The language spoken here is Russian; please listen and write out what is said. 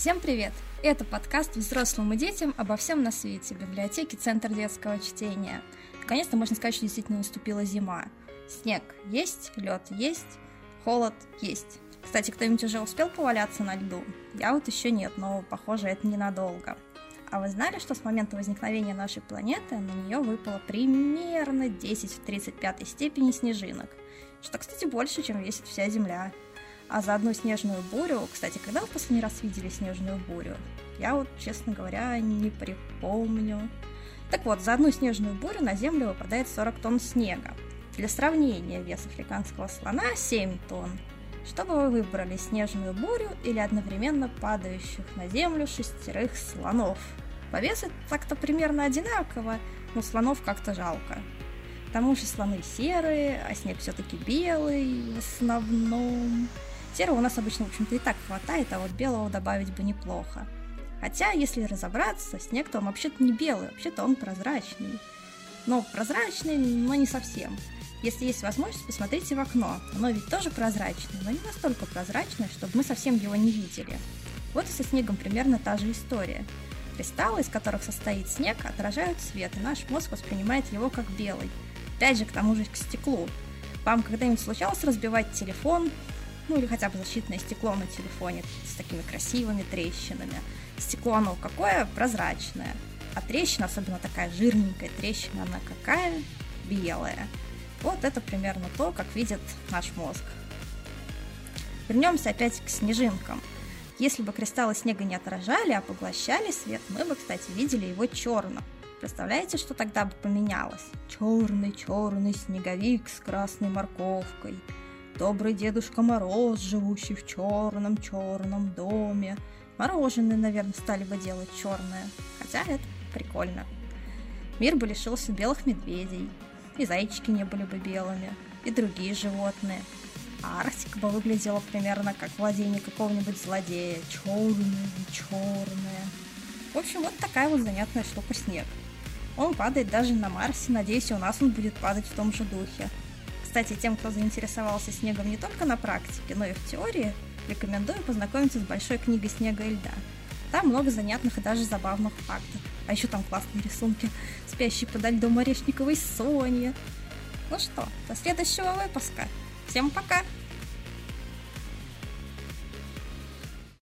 Всем привет! Это подкаст «Взрослым и детям обо всем на свете» библиотеки Центр детского чтения. Наконец-то можно сказать, что действительно наступила зима. Снег есть, лед есть, холод есть. Кстати, кто-нибудь уже успел поваляться на льду? Я вот еще нет, но, похоже, это ненадолго. А вы знали, что с момента возникновения нашей планеты на нее выпало примерно 10 в 35 степени снежинок? Что, кстати, больше, чем весит вся Земля. А за одну снежную бурю... Кстати, когда вы в последний раз видели снежную бурю? Я вот, честно говоря, не припомню. Так вот, за одну снежную бурю на Землю выпадает 40 тонн снега. Для сравнения, вес африканского слона 7 тонн. Что бы вы выбрали, снежную бурю или одновременно падающих на Землю 6 слонов? По весу так-то примерно одинаково, но слонов как-то жалко. К тому же слоны серые, а снег все-таки белый в основном. Серого у нас обычно, в общем-то, и так хватает, а вот белого добавить бы неплохо. Хотя, если разобраться, снег-то он вообще-то не белый, вообще-то он прозрачный. Но прозрачный, но не совсем. Если есть возможность, посмотрите в окно. Оно ведь тоже прозрачное, но не настолько прозрачное, чтобы мы совсем его не видели. Вот и со снегом примерно та же история. Кристаллы, из которых состоит снег, отражают свет, и наш мозг воспринимает его как белый. Опять же, к тому же к стеклу. Вам когда-нибудь случалось разбивать телефон, ну или хотя бы защитное стекло на телефоне с такими красивыми трещинами? Стекло, оно какое? Прозрачное. А трещина, особенно такая жирненькая трещина, она какая? Белая. Вот это примерно то, как видит наш мозг. Вернемся опять к снежинкам. Если бы кристаллы снега не отражали, а поглощали свет, мы бы, кстати, видели его черным. Представляете, что тогда бы поменялось? Черный-черный снеговик с красной морковкой. Добрый Дедушка Мороз, живущий в черном-черном доме. Мороженое, наверное, стали бы делать черное. Хотя это прикольно. Мир бы лишился белых медведей. И зайчики не были бы белыми. И другие животные. А Арктика бы выглядела примерно как владение какого-нибудь злодея. Черное. В общем, вот такая вот занятная штука снег. Он падает даже на Марсе. Надеюсь, и у нас он будет падать в том же духе. Кстати, тем, кто заинтересовался снегом не только на практике, но и в теории, рекомендую познакомиться с большой книгой «Снега и льда». Там много занятных и даже забавных фактов. А еще там классные рисунки спящей подо льдом орешниковой Сони. Ну что, до следующего выпуска. Всем пока!